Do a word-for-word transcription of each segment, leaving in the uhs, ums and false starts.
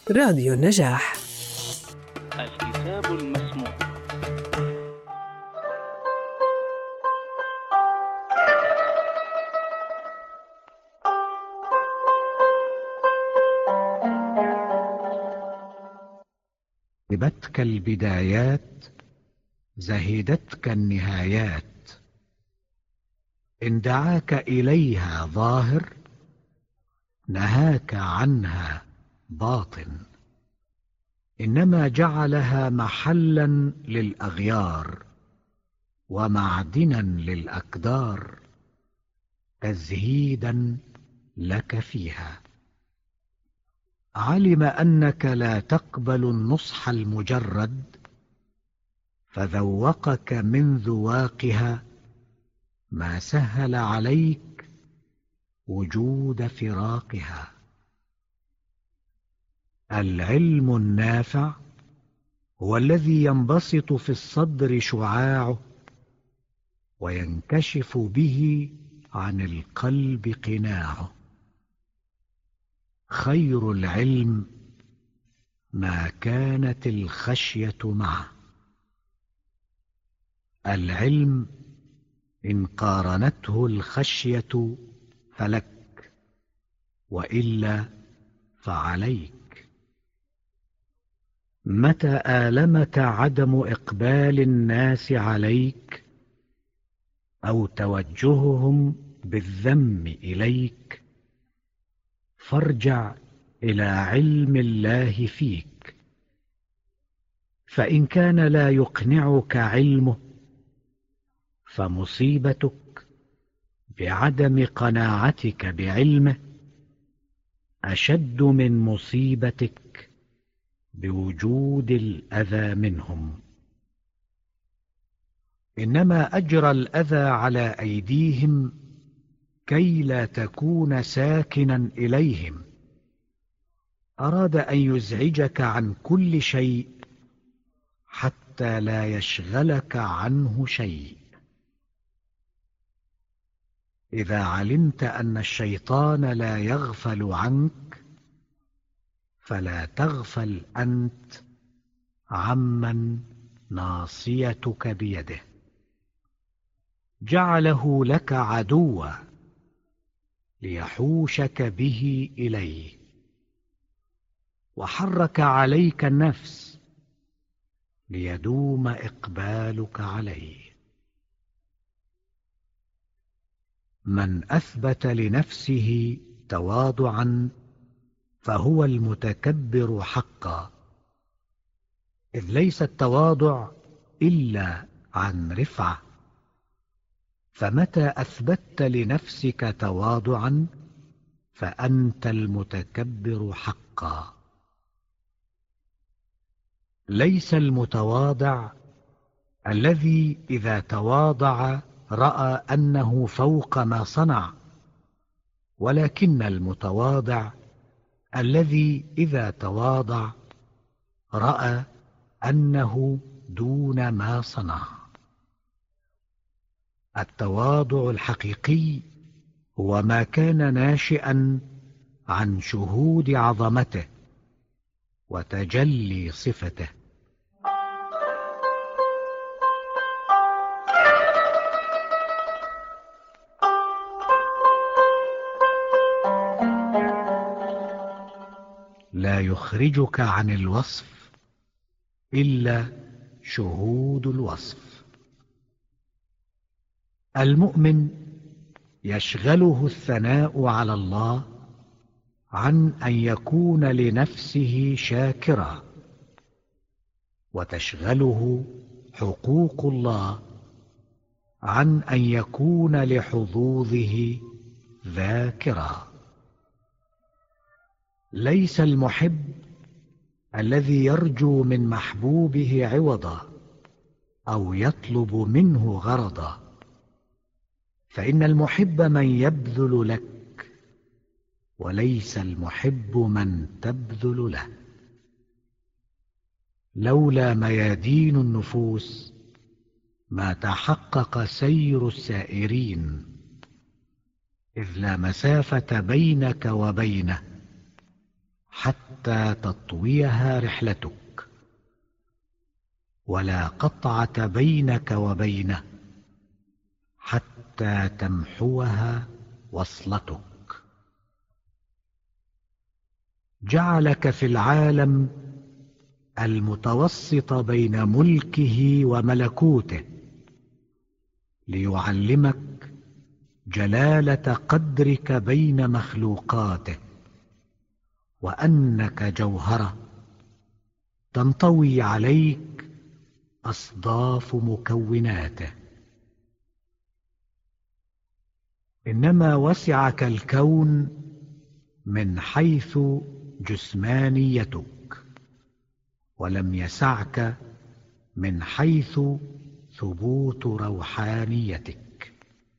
راديو النجاح. الكتاب المسموع. زهدتك البدايات زهدتك النهايات، إن دعاك إليها ظاهر نهاك عنها باطن، إنما جعلها محلا للأغيار ومعدنا للأكدار تزهيدا لك فيها. علم أنك لا تقبل النصح المجرد، فذوقك من ذواقها ما سهل عليك وجود فراقها. العلم النافع هو الذي ينبسط في الصدر شعاعه، وينكشف به عن القلب قناعه. خير العلم ما كانت الخشية معه. العلم إن قارنته الخشية فلك، وإلا فعليك. متى آلمك عدم إقبال الناس عليك أو توجههم بالذم إليك، فارجع إلى علم الله فيك، فإن كان لا يقنعك علمه فمصيبتك بعدم قناعتك بعلمه أشد من مصيبتك بوجود الأذى منهم. إنما أجرى الأذى على أيديهم كي لا تكون ساكنا إليهم. أراد أن يزعجك عن كل شيء حتى لا يشغلك عنه شيء. إذا علمت أن الشيطان لا يغفل عنك، فلا تغفل أنت عمن ناصيتك بيده. جعله لك عدوا ليحوشك به إليه، وحرك عليك النفس ليدوم إقبالك عليه. من أثبت لنفسه تواضعا فهو المتكبر حقا، إذ ليس التواضع إلا عن رفعة. فمتى أثبتت لنفسك تواضعا فأنت المتكبر حقا. ليس المتواضع الذي إذا تواضع رأى أنه فوق ما صنع، ولكن المتواضع الذي إذا تواضع رأى أنه دون ما صنع. التواضع الحقيقي هو ما كان ناشئا عن شهود عظمته وتجلي صفته. لا يخرجك عن الوصف إلا شهود الوصف. المؤمن يشغله الثناء على الله عن أن يكون لنفسه شاكرا، وتشغله حقوق الله عن أن يكون لحظوظه ذاكرا. ليس المحب الذي يرجو من محبوبه عوضا أو يطلب منه غرضا، فإن المحب من يبذل لك، وليس المحب من تبذل له. لولا ميادين النفوس ما تحقق سير السائرين، إذ لا مسافة بينك وبينه حتى تطويها رحلتك، ولا قطعة بينك وبينه حتى تمحوها وصلتك. جعلك في العالم المتوسط بين ملكه وملكوته، ليعلمك جلالة قدرك بين مخلوقاته، وأنك جوهرة تنطوي عليك أصداف مكوناته. إنما وسعك الكون من حيث جسمانيتك، ولم يسعك من حيث ثبوت روحانيتك.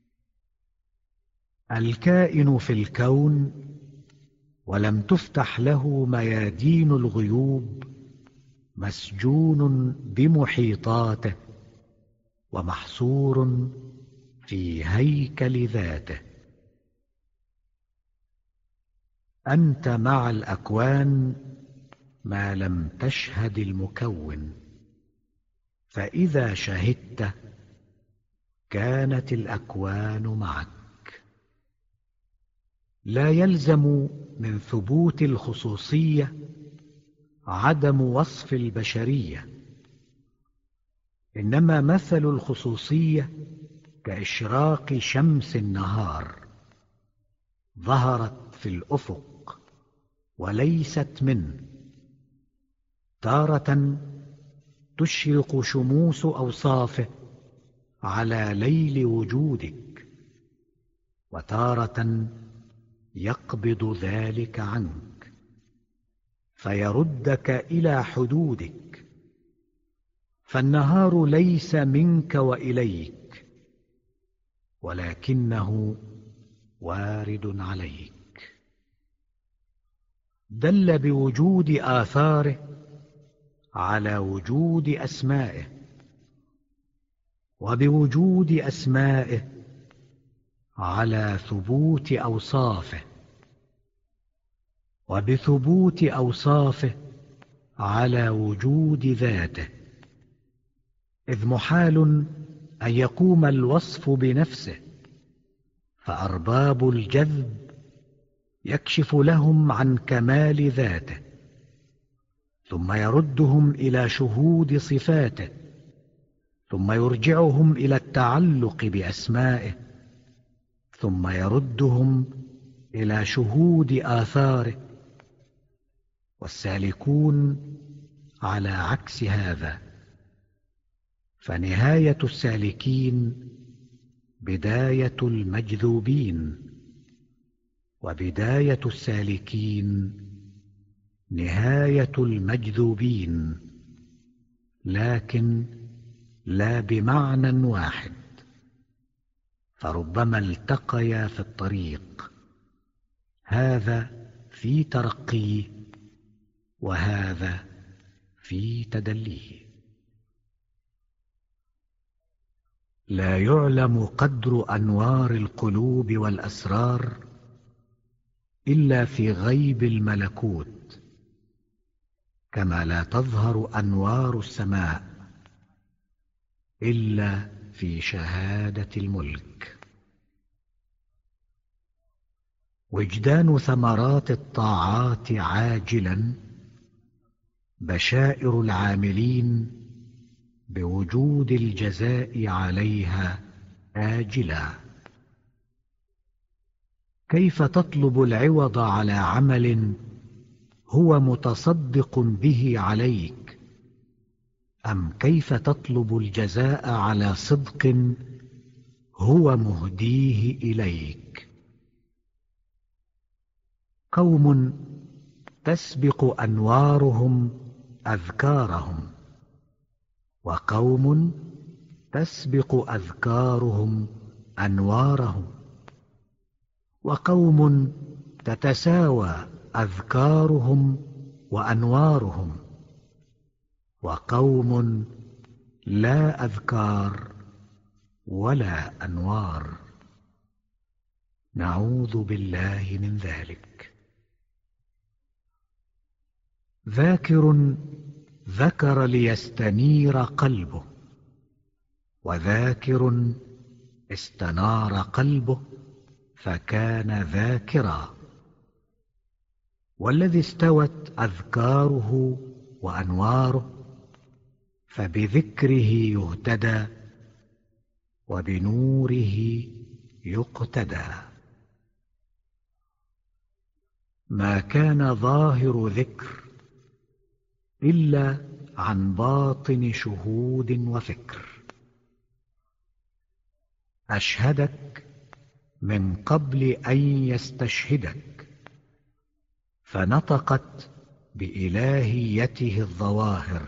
الكائن في الكون ولم تفتح له ميادين الغيوب مسجون بمحيطاته، ومحصور في هيكل ذاته. أنت مع الأكوان ما لم تشهد المكون، فإذا شهدت كانت الأكوان معك. لا يلزم من ثبوت الخصوصية عدم وصف البشرية، إنما مثل الخصوصية كإشراق شمس النهار، ظهرت في الأفق وليست منه. تارة تشرق شموس أوصافه على ليل وجودك، وتارة يقبض ذلك عنك فيردك إلى حدودك. فالنهار ليس منك وإليك، ولكنه وارد عليك. دل بوجود آثاره على وجود أسمائه، وبوجود أسمائه على ثبوت أوصافه، وبثبوت أوصافه على وجود ذاته. إذ محال أن يقوم الوصف بنفسه، فأرباب الجذب يكشف لهم عن كمال ذاته، ثم يردهم إلى شهود صفاته، ثم يرجعهم إلى التعلق بأسمائه، ثم يردهم إلى شهود آثاره. والسالكون على عكس هذا، فنهاية السالكين بداية المجذوبين، وبداية السالكين نهاية المجذوبين، لكن لا بمعنى واحد، فربما التقيا في الطريق، هذا في ترقيه وهذا في تدليه. لا يعلم قدر أنوار القلوب والأسرار إلا في غيب الملكوت، كما لا تظهر أنوار السماء إلا في شهادة الملك. وجدان ثمرات الطاعات عاجلا بشائر العاملين بوجود الجزاء عليها آجلا. كيف تطلب العوض على عمل هو متصدق به عليك، أم كيف تطلب الجزاء على صدق هو مهديه إليك؟ قوم تسبق أنوارهم أذكارهم، وقوم تسبق أذكارهم أنوارهم، وقوم تتساوى أذكارهم وأنوارهم، وقوم لا أذكار ولا أنوار. نعوذ بالله من ذلك. ذاكر ذكر ليستنير قلبه، وذاكر استنار قلبه فكان ذاكرا. والذي استوت أذكاره وأنواره فبذكره يهتدى وبنوره يقتدى. ما كان ظاهر ذكر إلا عن باطن شهود وفكر. أشهدك من قبل أن يستشهدك، فنطقت بإلهيته الظواهر،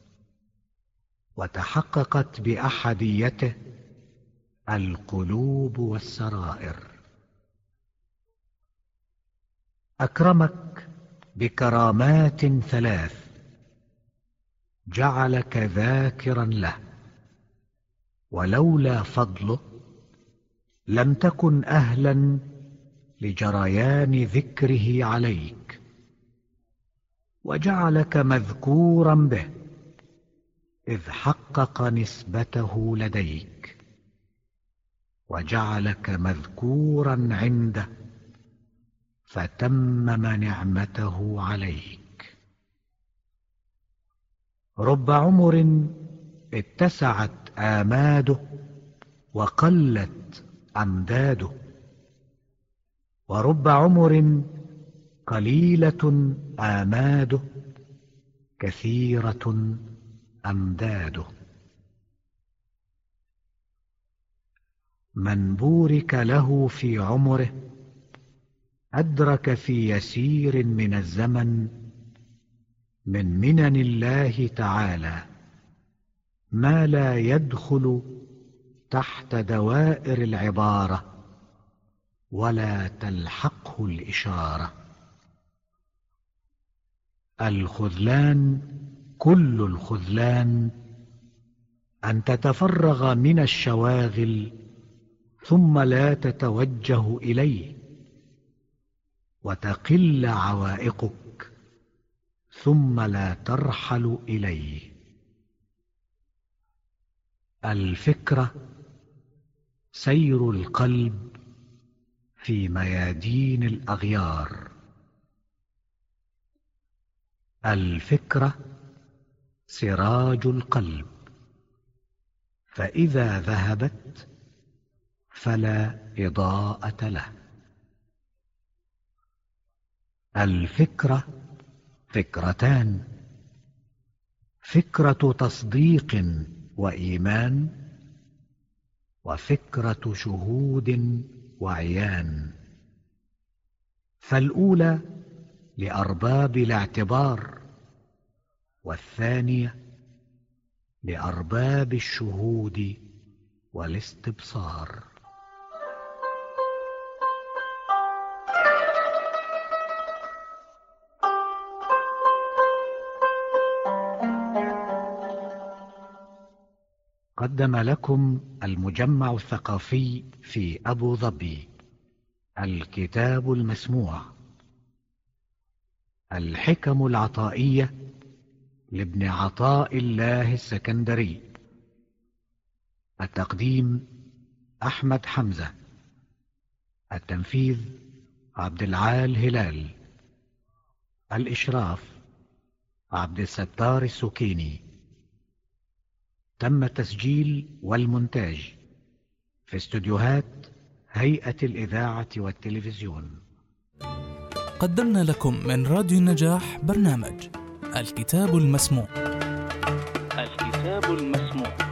وتحققت بأحديته القلوب والسرائر. أكرمك بكرامات ثلاث، جعلك ذاكرا له، ولولا فضله لم تكن أهلا لجريان ذكره عليك، وجعلك مذكورا به إذ حقق نسبته لديك، وجعلك مذكورا عنده فتمم نعمته عليك. رب عمر اتسعت آماده وقلت أمداده، ورب عمر قليلة آماده كثيرة أمداده. من بورك له في عمره أدرك في يسير من الزمن من منن الله تعالى ما لا يدخل تحت دوائر العبارة ولا تلحقه الإشارة. الخذلان كل الخذلان أن تتفرغ من الشواغل ثم لا تتوجه إليه، وتقل عوائقك ثم لا ترحل إليه. الفكرة سير القلب في ميادين الأغيار. الفكرة سراج القلب، فإذا ذهبت فلا إضاءة له. الفكرة فكرتان، فكرة تصديق وإيمان، وفكرة شهود وعيان. فالأولى لأرباب الاعتبار، والثانية لأرباب الشهود والاستبصار. قدم لكم المجمع الثقافي في أبو ظبي الكتاب المسموع، الحكم العطائية لابن عطاء الله السكندري. التقديم أحمد حمزة، التنفيذ عبد العال هلال، الإشراف عبد الستار السكيني. تم التسجيل والمونتاج في استوديوهات هيئة الإذاعة والتلفزيون. قدمنا لكم من راديو النجاح برنامج الكتاب المسموع. الكتاب المسموع.